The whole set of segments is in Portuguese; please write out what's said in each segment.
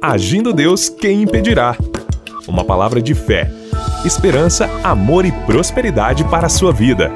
Agindo Deus, quem impedirá? Uma palavra de fé, esperança, amor e prosperidade para a sua vida.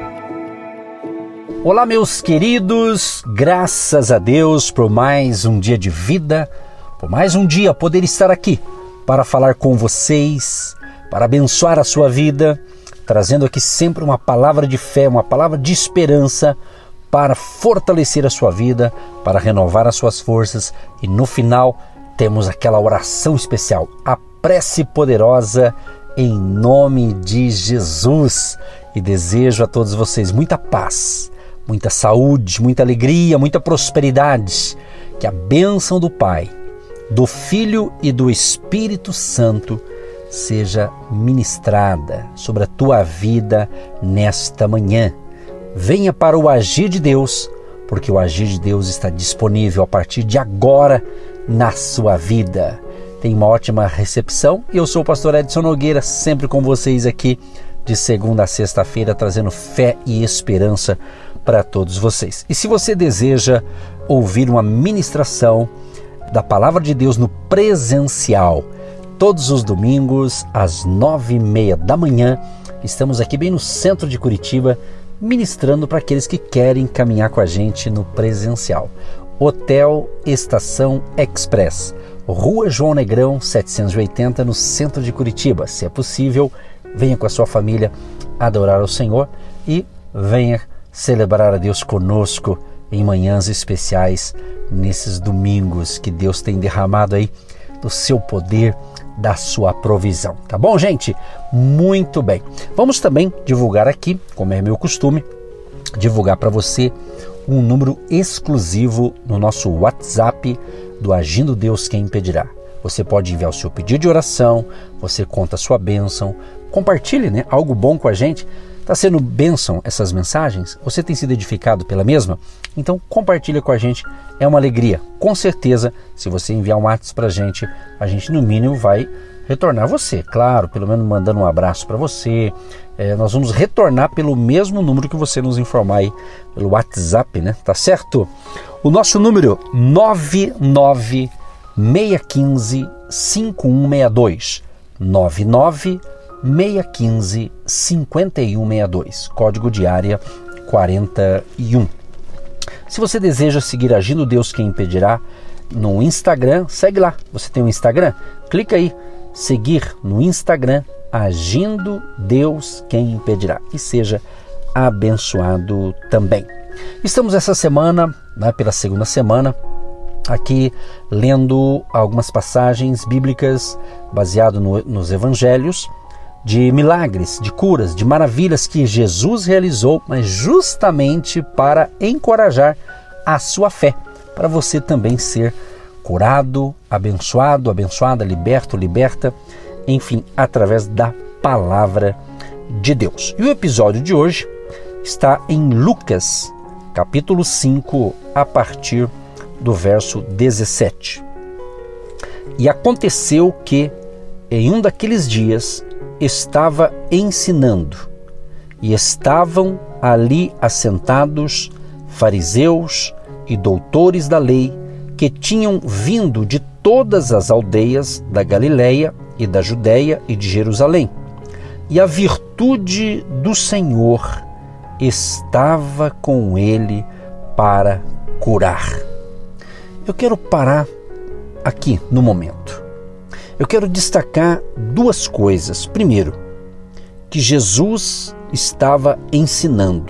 Olá, meus queridos, graças a Deus por mais um dia de vida, por mais um dia poder estar aqui para falar com vocês, para abençoar a sua vida, trazendo aqui sempre uma palavra de fé, uma palavra de esperança para fortalecer a sua vida, para renovar as suas forças e no final temos aquela oração especial, a prece poderosa em nome de Jesus. E desejo a todos vocês muita paz, muita saúde, muita alegria, muita prosperidade, que a bênção do Pai, do Filho e do Espírito Santo seja ministrada sobre a tua vida nesta manhã. Venha para o Agir de Deus, porque o Agir de Deus está disponível a partir de agora na sua vida. Tenha uma ótima recepção e eu sou o pastor Edson Nogueira, sempre com vocês aqui de segunda a sexta-feira, trazendo fé e esperança para todos vocês. E se você deseja ouvir uma ministração da Palavra de Deus no presencial, todos os domingos às 9h30 da manhã, estamos aqui bem no centro de Curitiba, ministrando para aqueles que querem caminhar com a gente no presencial. Hotel Estação Express, Rua João Negrão 780, no centro de Curitiba. Se é possível, venha com a sua família adorar ao Senhor e venha celebrar a Deus conosco em manhãs especiais, nesses domingos que Deus tem derramado aí do seu poder, da sua provisão. Tá bom, gente? Muito bem. Vamos também divulgar aqui, como é meu costume, divulgar para você um número exclusivo no nosso WhatsApp do Agindo Deus, quem impedirá. Você pode enviar o seu pedido de oração, você conta a sua bênção, compartilhe, algo bom com a gente. Está sendo bênção essas mensagens? Você tem sido edificado pela mesma? Então compartilha com a gente, é uma alegria. Com certeza, se você enviar um WhatsApp para a gente no mínimo vai retornar você. Claro, pelo menos mandando um abraço para você. Nós vamos retornar pelo mesmo número que você nos informar aí, pelo WhatsApp, tá certo? O nosso número 99615-5162. 99615-5162, código de área 41. Se você deseja seguir Agindo Deus, quem impedirá, no Instagram, segue lá. Você tem um Instagram? Clica aí, seguir no Instagram, Agindo Deus, quem impedirá, e seja abençoado também. Estamos essa semana, pela segunda semana, aqui lendo algumas passagens bíblicas baseado nos evangelhos, de milagres, de curas, de maravilhas que Jesus realizou, mas justamente para encorajar a sua fé, para você também ser curado, abençoado, abençoada, liberto, liberta, enfim, através da palavra de Deus. E o episódio de hoje está em Lucas, capítulo 5, a partir do verso 17. E aconteceu que, em um daqueles dias, estava ensinando, e estavam ali assentados fariseus e doutores da lei, que tinham vindo de todas as aldeias da Galileia e da Judéia e de Jerusalém. E a virtude do Senhor estava com ele para curar. Eu quero parar aqui no momento. Eu quero destacar duas coisas. Primeiro, que Jesus estava ensinando.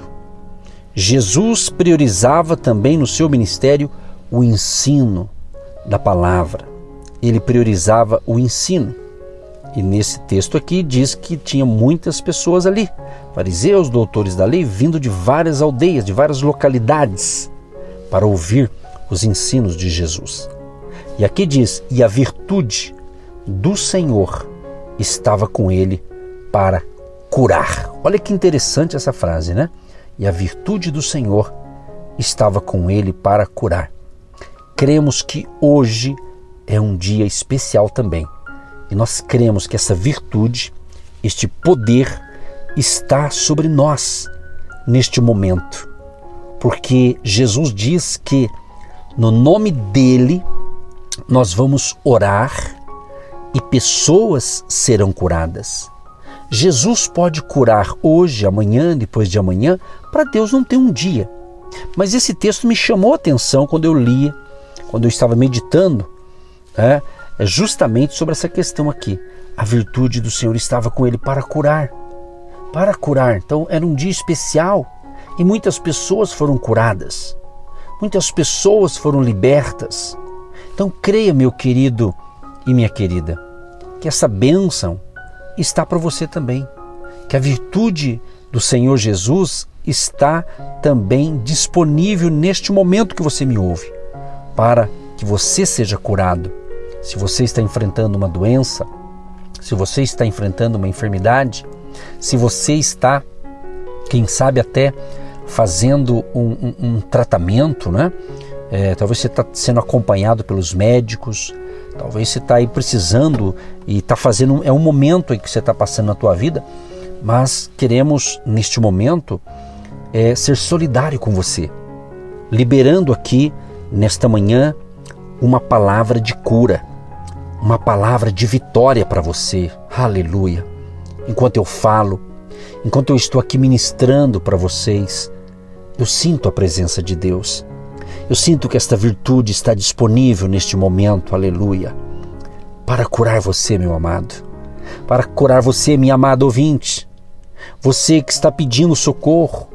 Jesus priorizava também no seu ministério o ensino da palavra. Ele priorizava o ensino. E nesse texto aqui diz que tinha muitas pessoas ali, fariseus, doutores da lei, vindo de várias aldeias, de várias localidades, para ouvir os ensinos de Jesus. E aqui diz, e a virtude do Senhor estava com ele para curar. Olha que interessante essa frase, E a virtude do Senhor estava com ele para curar. Cremos que hoje é um dia especial também. E nós cremos que essa virtude, este poder, está sobre nós neste momento. Porque Jesus diz que no nome dele nós vamos orar e pessoas serão curadas. Jesus pode curar hoje, amanhã, depois de amanhã. Para Deus não tem um dia. Mas esse texto me chamou a atenção quando eu lia, quando eu estava meditando, é justamente sobre essa questão aqui. A virtude do Senhor estava com ele para curar. Para curar. Então era um dia especial e muitas pessoas foram curadas. Muitas pessoas foram libertas. Então creia, meu querido e minha querida, que essa bênção está para você também. Que a virtude do Senhor Jesus está também disponível neste momento que você me ouve, para que você seja curado. Se você está enfrentando uma doença, se você está enfrentando uma enfermidade, se você está, quem sabe até fazendo um tratamento, né? Talvez você está sendo acompanhado pelos médicos, talvez você está aí precisando e está fazendo, é um momento em que você está passando na tua vida, mas queremos neste momento ser solidário com você, liberando aqui nesta manhã uma palavra de cura, uma palavra de vitória para você. Aleluia! Enquanto eu falo, enquanto eu estou aqui ministrando para vocês, eu sinto a presença de Deus. Eu sinto que esta virtude está disponível neste momento, aleluia, para curar você, meu amado, para curar você, minha amada ouvinte, você que está pedindo socorro,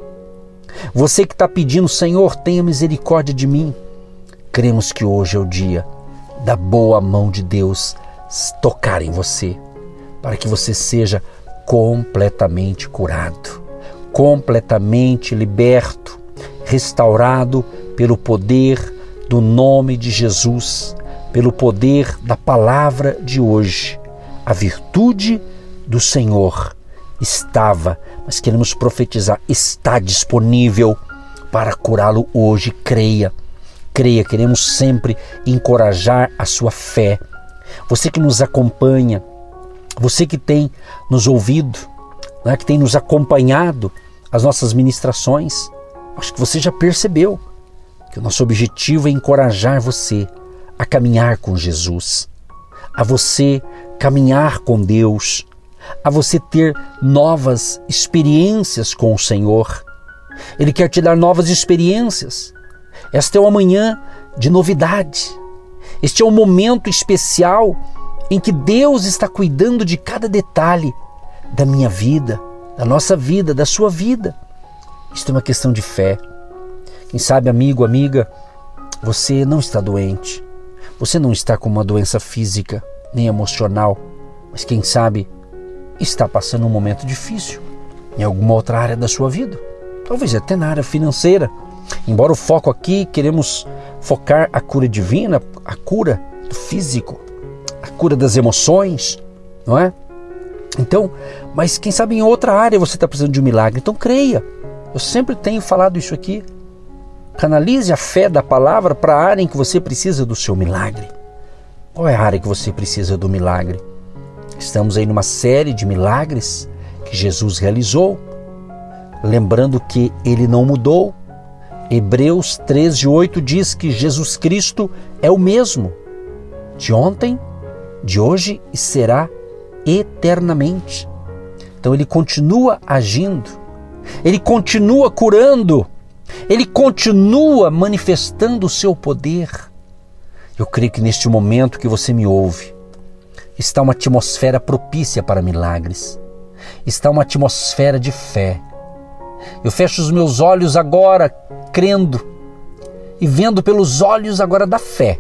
você que está pedindo, Senhor, tenha misericórdia de mim. Cremos que hoje é o dia da boa mão de Deus tocar em você, para que você seja completamente curado, completamente liberto, restaurado pelo poder do nome de Jesus, pelo poder da palavra de hoje. A virtude do Senhor estava, mas queremos profetizar, está disponível para curá-lo hoje. Creia, creia, queremos sempre encorajar a sua fé. Você que nos acompanha, você que tem nos ouvido, né, que tem nos acompanhado as nossas ministrações, acho que você já percebeu que o nosso objetivo é encorajar você a caminhar com Jesus, a você caminhar com Deus, a você ter novas experiências com o Senhor. Ele quer te dar novas experiências. Esta é uma manhã de novidade. Este é um momento especial em que Deus está cuidando de cada detalhe da minha vida, da nossa vida, da sua vida. Isto é uma questão de fé. Quem sabe, amigo, amiga, você não está doente. Você não está com uma doença física, nem emocional. Mas quem sabe está passando um momento difícil em alguma outra área da sua vida. Talvez até na área financeira. Embora o foco aqui, queremos focar a cura divina, a cura do físico, a cura das emoções, não é? Então, mas quem sabe em outra área você está precisando de um milagre. Então creia. Eu sempre tenho falado isso aqui. Canalize a fé da palavra para a área em que você precisa do seu milagre. Qual é a área que você precisa do milagre? Estamos aí numa série de milagres que Jesus realizou. Lembrando que ele não mudou. Hebreus 13:8 diz que Jesus Cristo é o mesmo, de ontem, de hoje e será eternamente. Então ele continua agindo, ele continua curando, ele continua manifestando o seu poder. Eu creio que neste momento que você me ouve, está uma atmosfera propícia para milagres, está uma atmosfera de fé. Eu fecho os meus olhos agora, crendo e vendo pelos olhos agora da fé,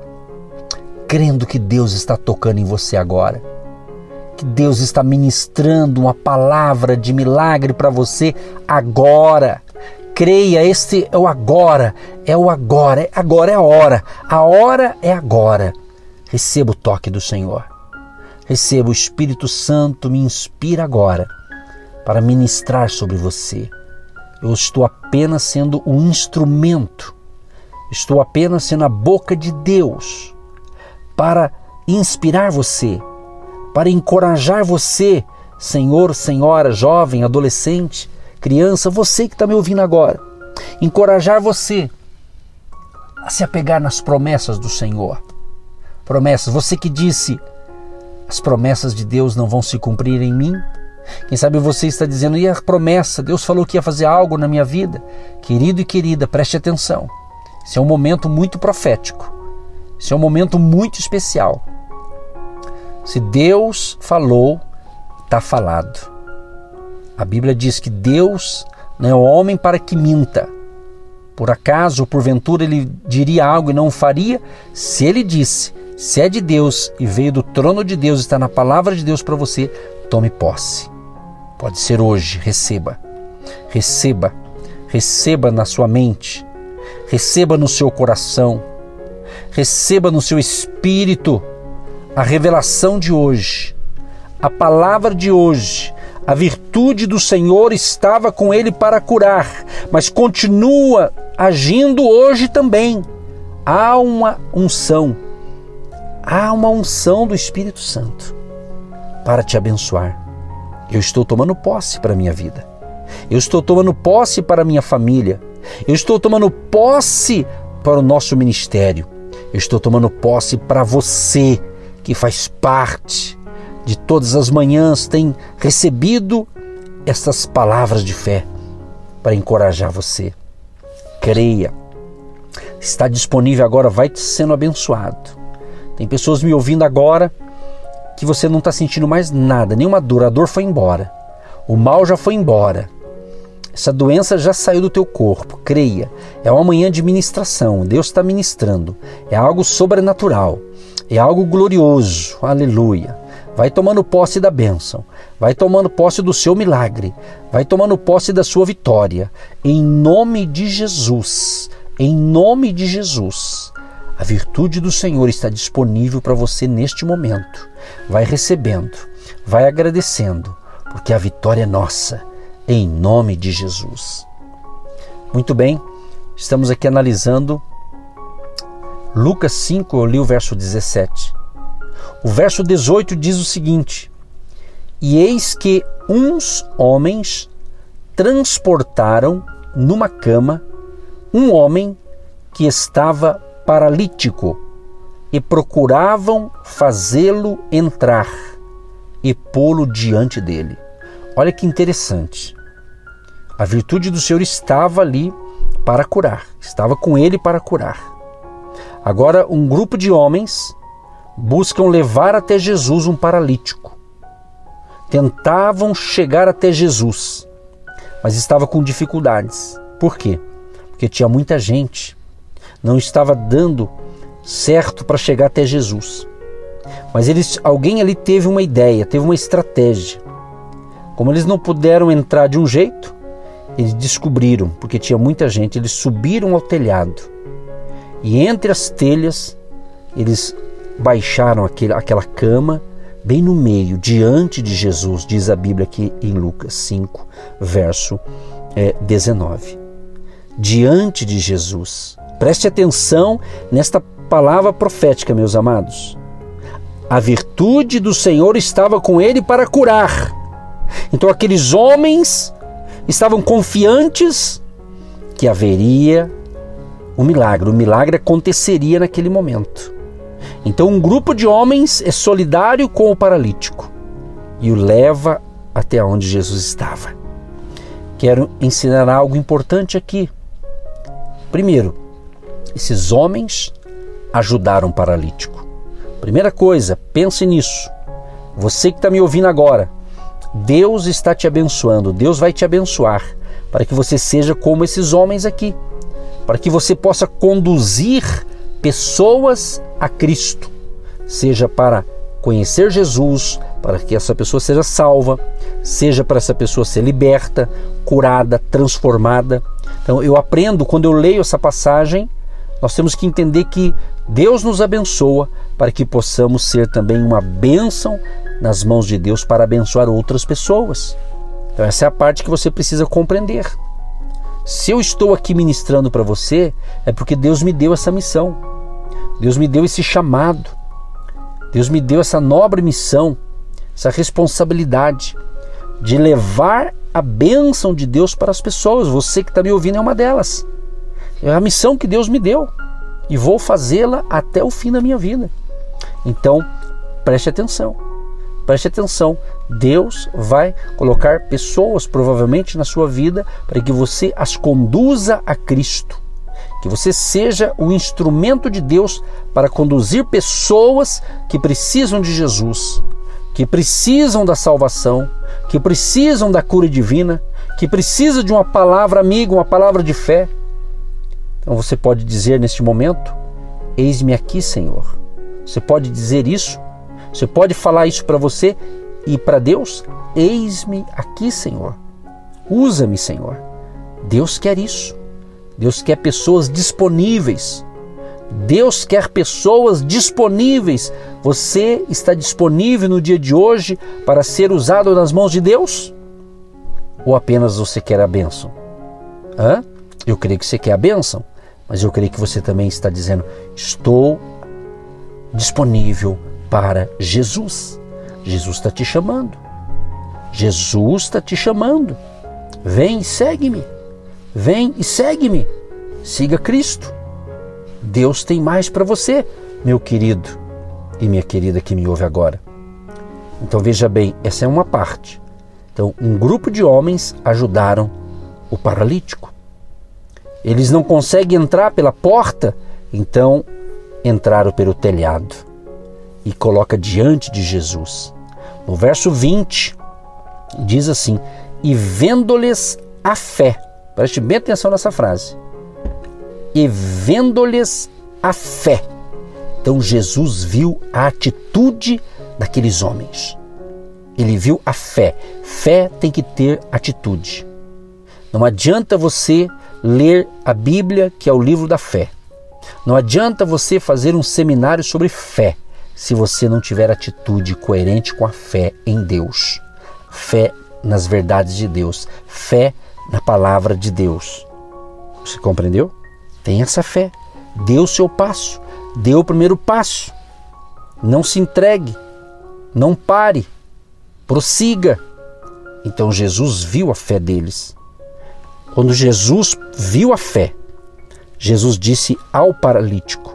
crendo que Deus está tocando em você agora, que Deus está ministrando uma palavra de milagre para você agora. Creia, este é o agora, agora é a hora é agora. Receba o toque do Senhor, receba o Espírito Santo, me inspira agora para ministrar sobre você. Eu estou apenas sendo um instrumento, estou apenas sendo a boca de Deus para inspirar você, para encorajar você, senhor, senhora, jovem, adolescente, criança, você que está me ouvindo agora, encorajar você a se apegar nas promessas do Senhor, promessas. Você que disse, as promessas de Deus não vão se cumprir em mim. Quem sabe você está dizendo, e a promessa? Deus falou que ia fazer algo na minha vida. Querido e querida, preste atenção. Esse é um momento muito profético. Esse é um momento muito especial. Se Deus falou, está falado. A Bíblia diz que Deus não é homem para que minta. Por acaso, porventura, ele diria algo e não o faria? Se ele disse, se é de Deus e veio do trono de Deus, está na palavra de Deus para você, tome posse. Pode ser hoje, receba. Receba. Receba na sua mente. Receba no seu coração. Receba no seu espírito a revelação de hoje. A palavra de hoje. A virtude do Senhor estava com ele para curar, mas continua agindo hoje também. Há uma unção do Espírito Santo para te abençoar. Eu estou tomando posse para a minha vida. Eu estou tomando posse para a minha família. Eu estou tomando posse para o nosso ministério. Eu estou tomando posse para você que faz parte de todas as manhãs, tem recebido essas palavras de fé para encorajar você. Creia. Está disponível agora, vai sendo abençoado. Tem pessoas me ouvindo agora que você não está sentindo mais nada, nenhuma dor, a dor foi embora. O mal já foi embora. Essa doença já saiu do teu corpo. Creia. É uma manhã de ministração. Deus está ministrando. É algo sobrenatural. É algo glorioso. Aleluia. Vai tomando posse da bênção. Vai tomando posse do seu milagre. Vai tomando posse da sua vitória. Em nome de Jesus. Em nome de Jesus. A virtude do Senhor está disponível para você neste momento. Vai recebendo. Vai agradecendo. Porque a vitória é nossa. Em nome de Jesus. Muito bem. Estamos aqui analisando Lucas 5, eu li o verso 17. O verso 18 diz o seguinte: e eis que uns homens transportaram numa cama um homem que estava paralítico e procuravam fazê-lo entrar e pô-lo diante dele. Olha que interessante. A virtude do Senhor estava ali para curar, estava com ele para curar. Agora, um grupo de homens buscam levar até Jesus um paralítico. Tentavam chegar até Jesus, mas estava com dificuldades. Por quê? Porque tinha muita gente. Não estava dando certo para chegar até Jesus. Mas alguém ali teve uma ideia, teve uma estratégia. Como eles não puderam entrar de um jeito, eles descobriram, porque tinha muita gente, eles subiram ao telhado. E entre as telhas, eles baixaram aquela cama bem no meio, diante de Jesus, diz a Bíblia aqui em Lucas 5, verso 19. Diante de Jesus. Preste atenção nesta palavra profética, meus amados. A virtude do Senhor estava com ele para curar. Então aqueles homens estavam confiantes que haveria o milagre aconteceria naquele momento. Então um grupo de homens é solidário com o paralítico e o leva até onde Jesus estava. Quero ensinar algo importante aqui. Primeiro, esses homens ajudaram o paralítico. Primeira coisa, pense nisso. Você que está me ouvindo agora, Deus está te abençoando, Deus vai te abençoar para que você seja como esses homens aqui, para que você possa conduzir pessoas a Cristo, seja para conhecer Jesus, para que essa pessoa seja salva, seja para essa pessoa ser liberta, curada, transformada. Então eu aprendo, quando eu leio essa passagem, nós temos que entender que Deus nos abençoa para que possamos ser também uma bênção nas mãos de Deus para abençoar outras pessoas. Então essa é a parte que você precisa compreender. Se eu estou aqui ministrando para você, é porque Deus me deu essa missão. Deus me deu esse chamado. Deus me deu essa nobre missão, essa responsabilidade de levar a bênção de Deus para as pessoas. Você que está me ouvindo é uma delas. É a missão que Deus me deu e vou fazê-la até o fim da minha vida. Então, preste atenção. Preste atenção. Deus vai colocar pessoas provavelmente na sua vida para que você as conduza a Cristo. Que você seja o instrumento de Deus para conduzir pessoas que precisam de Jesus, que precisam da salvação, que precisam da cura divina, que precisam de uma palavra amiga, uma palavra de fé. Então você pode dizer neste momento: eis-me aqui, Senhor. Você pode dizer isso? Você pode falar isso para você e para Deus? Eis-me aqui, Senhor. Usa-me, Senhor. Deus quer isso. Deus quer pessoas disponíveis. Deus quer pessoas disponíveis. Você está disponível no dia de hoje para ser usado nas mãos de Deus? Ou apenas você quer a bênção? Eu creio que você quer a bênção, mas eu creio que você também está dizendo: estou disponível para Jesus. Jesus está te chamando. Jesus está te chamando. Vem e segue-me. Vem e segue-me. Siga Cristo. Deus tem mais para você, meu querido e minha querida que me ouve agora. Então veja bem, essa é uma parte. Então um grupo de homens ajudaram o paralítico. Eles não conseguem entrar pela porta, então entraram pelo telhado e coloca diante de Jesus. No verso 20 diz assim: e vendo-lhes a fé. Preste bem atenção nessa frase. E vendo-lhes a fé. Então Jesus viu a atitude daqueles homens. Ele viu a fé. Fé tem que ter atitude. Não adianta você ler a Bíblia, que é o livro da fé. Não adianta você fazer um seminário sobre fé, se você não tiver atitude coerente com a fé em Deus. Fé nas verdades de Deus. Fé na palavra de Deus. Você compreendeu? Tenha essa fé. Dê o seu passo. Dê o primeiro passo. Não se entregue. Não pare. Prossiga. Então Jesus viu a fé deles. Quando Jesus viu a fé, Jesus disse ao paralítico: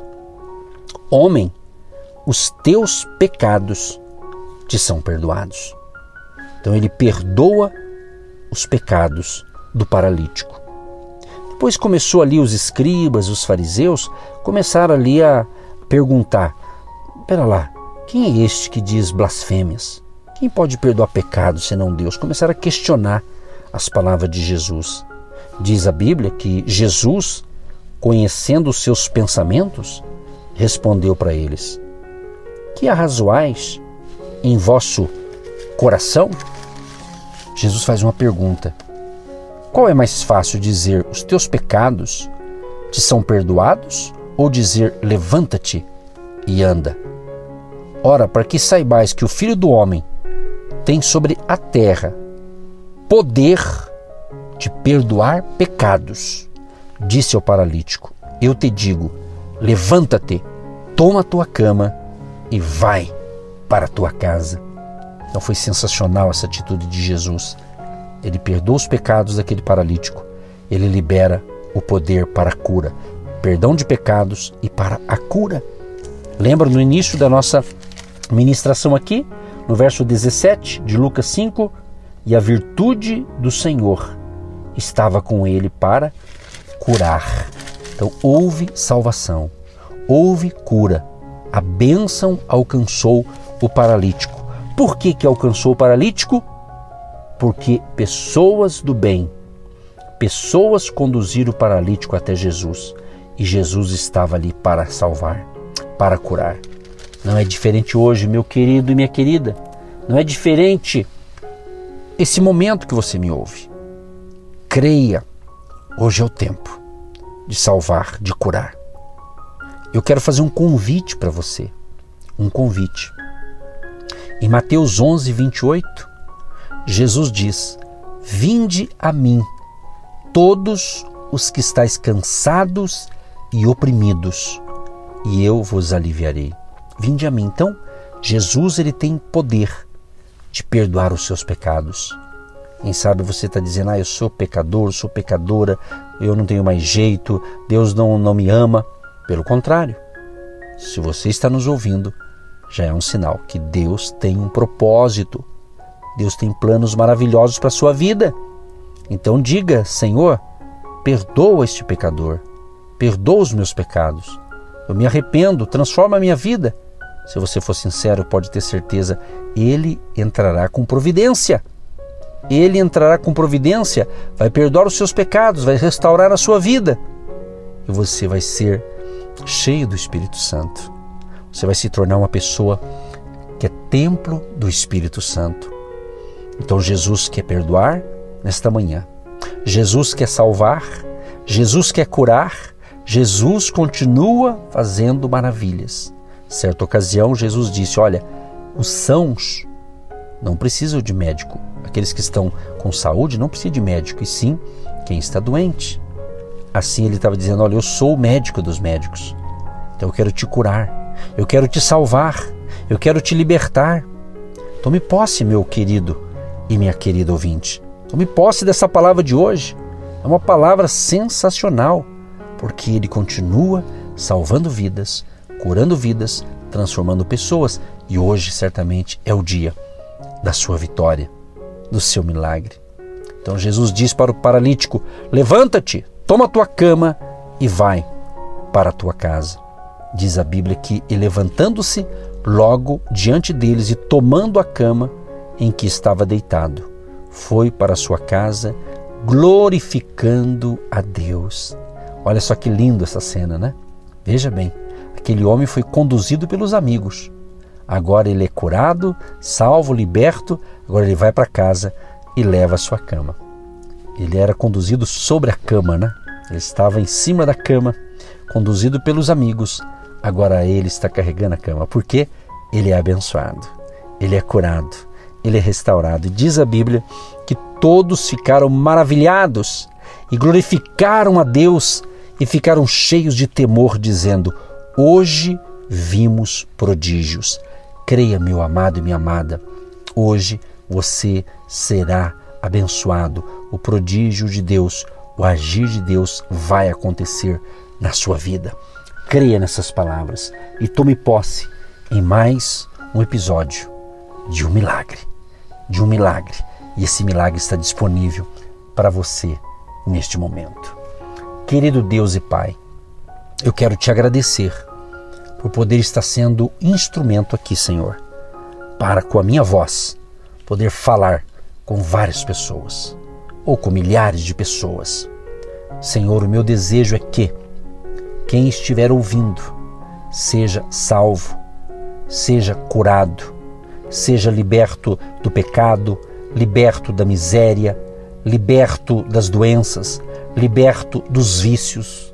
homem, os teus pecados te são perdoados. Então ele perdoa os pecados do paralítico. Depois começou ali os escribas, os fariseus, começaram ali a perguntar: pera lá, quem é este que diz blasfêmias? Quem pode perdoar pecados senão Deus? Começaram a questionar as palavras de Jesus. Diz a Bíblia que Jesus, conhecendo os seus pensamentos, respondeu para eles: que arrazoais em vosso coração? Jesus faz uma pergunta: qual é mais fácil, dizer os teus pecados te são perdoados, ou dizer levanta-te e anda? Ora, para que saibais que o Filho do Homem tem sobre a terra poder de perdoar pecados, disse ao paralítico: eu te digo, levanta-te, toma a tua cama e vai para a tua casa. Então foi sensacional essa atitude de Jesus. Ele perdoa os pecados daquele paralítico. Ele libera o poder para a cura. Perdão de pecados e para a cura. Lembra no início da nossa ministração aqui, no verso 17 de Lucas 5, e a virtude do Senhor estava com ele para curar. Então houve salvação, houve cura. A bênção alcançou o paralítico. Por que alcançou o paralítico? Porque pessoas do bem, pessoas conduziram o paralítico até Jesus. E Jesus estava ali para salvar, para curar. Não é diferente hoje, meu querido e minha querida. Não é diferente esse momento que você me ouve. Creia, hoje é o tempo de salvar, de curar. Eu quero fazer um convite para você. Um convite. Em Mateus 11, 28, Jesus diz: vinde a mim, todos os que estáis cansados e oprimidos, e eu vos aliviarei. Vinde a mim. Então, Jesus, ele tem poder de perdoar os seus pecados. Quem sabe você está dizendo: eu sou pecador, sou pecadora, eu não tenho mais jeito, Deus não me ama. Pelo contrário, se você está nos ouvindo, já é um sinal que Deus tem um propósito. Deus tem planos maravilhosos para a sua vida. Então diga: Senhor, perdoa este pecador, perdoa os meus pecados. Eu me arrependo, transforma a minha vida. Se você for sincero, pode ter certeza, Ele entrará com providência. Ele entrará com providência, vai perdoar os seus pecados, vai restaurar a sua vida. E você vai ser cheio do Espírito Santo. Você vai se tornar uma pessoa que é templo do Espírito Santo. Então Jesus quer perdoar nesta manhã. Jesus quer salvar. Jesus quer curar. Jesus continua fazendo maravilhas. Certa ocasião, Jesus disse: olha, os sãos não precisam de médico. Aqueles que estão com saúde não precisam de médico, e sim quem está doente. Assim ele estava dizendo: olha, eu sou o médico dos médicos. Então eu quero te curar, eu quero te salvar, eu quero te libertar. Tome posse, meu querido e minha querida ouvinte. Tome posse dessa palavra de hoje. É uma palavra sensacional, porque Ele continua salvando vidas, curando vidas, transformando pessoas. E hoje certamente é o dia da sua vitória, do seu milagre. Então Jesus diz para o paralítico: levanta-te, toma a tua cama e vai para a tua casa. Diz a Bíblia que, e levantando-se logo diante deles e tomando a cama em que estava deitado, foi para a sua casa glorificando a Deus. Olha só que lindo essa cena, né? Veja bem, aquele homem foi conduzido pelos amigos. Agora ele é curado, salvo, liberto. Agora ele vai para casa e leva a sua cama. Ele era conduzido sobre a cama, né? Ele estava em cima da cama, conduzido pelos amigos. Agora ele está carregando a cama, porque ele é abençoado, ele é curado, ele é restaurado. E diz a Bíblia que todos ficaram maravilhados e glorificaram a Deus e ficaram cheios de temor, dizendo: hoje vimos prodígios. Creia, meu amado e minha amada, hoje você será abençoado. O prodígio de Deus, o agir de Deus vai acontecer na sua vida. Creia nessas palavras e tome posse em mais um episódio de um milagre. De um milagre. E esse milagre está disponível para você neste momento. Querido Deus e Pai, eu quero te agradecer por poder estar sendo instrumento aqui, Senhor, para com a minha voz poder falar com várias pessoas ou com milhares de pessoas. Senhor, o meu desejo é que quem estiver ouvindo seja salvo, seja curado, seja liberto do pecado, liberto da miséria, liberto das doenças, liberto dos vícios,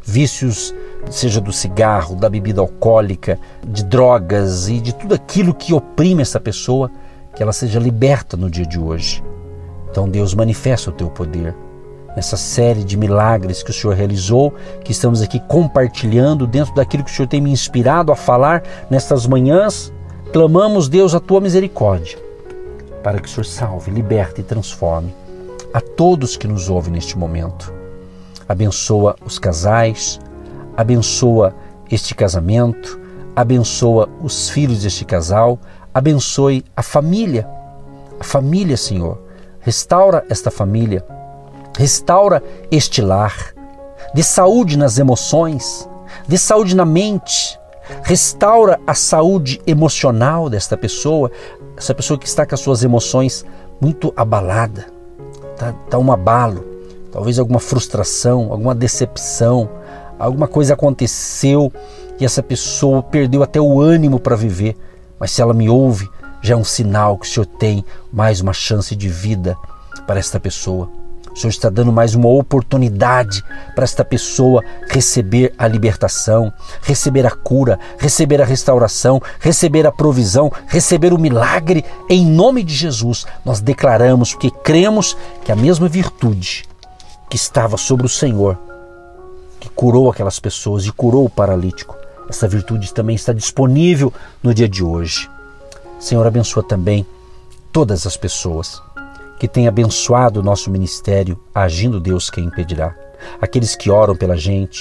seja do cigarro, da bebida alcoólica, de drogas e de tudo aquilo que oprime essa pessoa, que ela seja liberta no dia de hoje. Então, Deus, manifesta o teu poder nessa série de milagres que o Senhor realizou, que estamos aqui compartilhando dentro daquilo que o Senhor tem me inspirado a falar nestas manhãs. Clamamos, Deus, a tua misericórdia, para que o Senhor salve, liberte e transforme a todos que nos ouvem neste momento. Abençoa os casais, abençoa este casamento, abençoa os filhos deste casal, abençoe a família, Senhor. Restaura esta família, restaura este lar, dê saúde nas emoções, dê saúde na mente, restaura a saúde emocional desta pessoa, essa pessoa que está com as suas emoções muito abalada, está um abalo, talvez alguma frustração, alguma decepção, alguma coisa aconteceu e essa pessoa perdeu até o ânimo para viver, mas se ela me ouve, já é um sinal que o Senhor tem mais uma chance de vida para esta pessoa. O Senhor está dando mais uma oportunidade para esta pessoa receber a libertação, receber a cura, receber a restauração, receber a provisão, receber o milagre. Em nome de Jesus, nós declaramos, porque cremos que a mesma virtude que estava sobre o Senhor, que curou aquelas pessoas e curou o paralítico, essa virtude também está disponível no dia de hoje. Senhor, abençoa também todas as pessoas que têm abençoado o nosso ministério, agindo Deus quem impedirá. Aqueles que oram pela gente,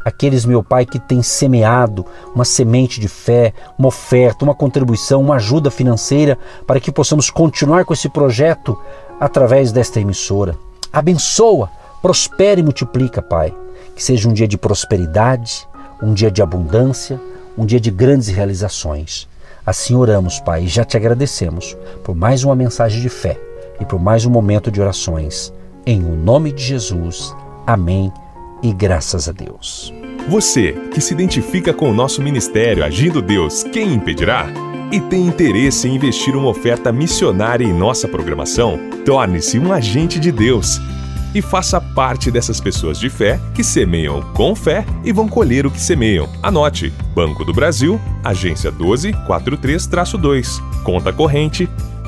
aqueles, meu Pai, que têm semeado uma semente de fé, uma oferta, uma contribuição, uma ajuda financeira, para que possamos continuar com esse projeto através desta emissora. Abençoa, prospera e multiplica, Pai. Que seja um dia de prosperidade, um dia de abundância, um dia de grandes realizações. Assim oramos, Pai, e já te agradecemos por mais uma mensagem de fé e por mais um momento de orações. Em o nome de Jesus. Amém e graças a Deus. Você que se identifica com o nosso ministério Agindo Deus, quem impedirá? E tem interesse em investir uma oferta missionária em nossa programação? Torne-se um agente de Deus e faça parte dessas pessoas de fé que semeiam com fé e vão colher o que semeiam. Anote: Banco do Brasil, agência 1243-2, conta corrente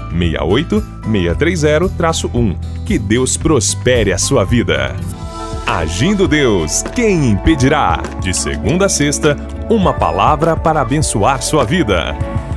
68630-1. Que Deus prospere a sua vida. Agindo Deus, quem impedirá? De segunda a sexta, uma palavra para abençoar sua vida.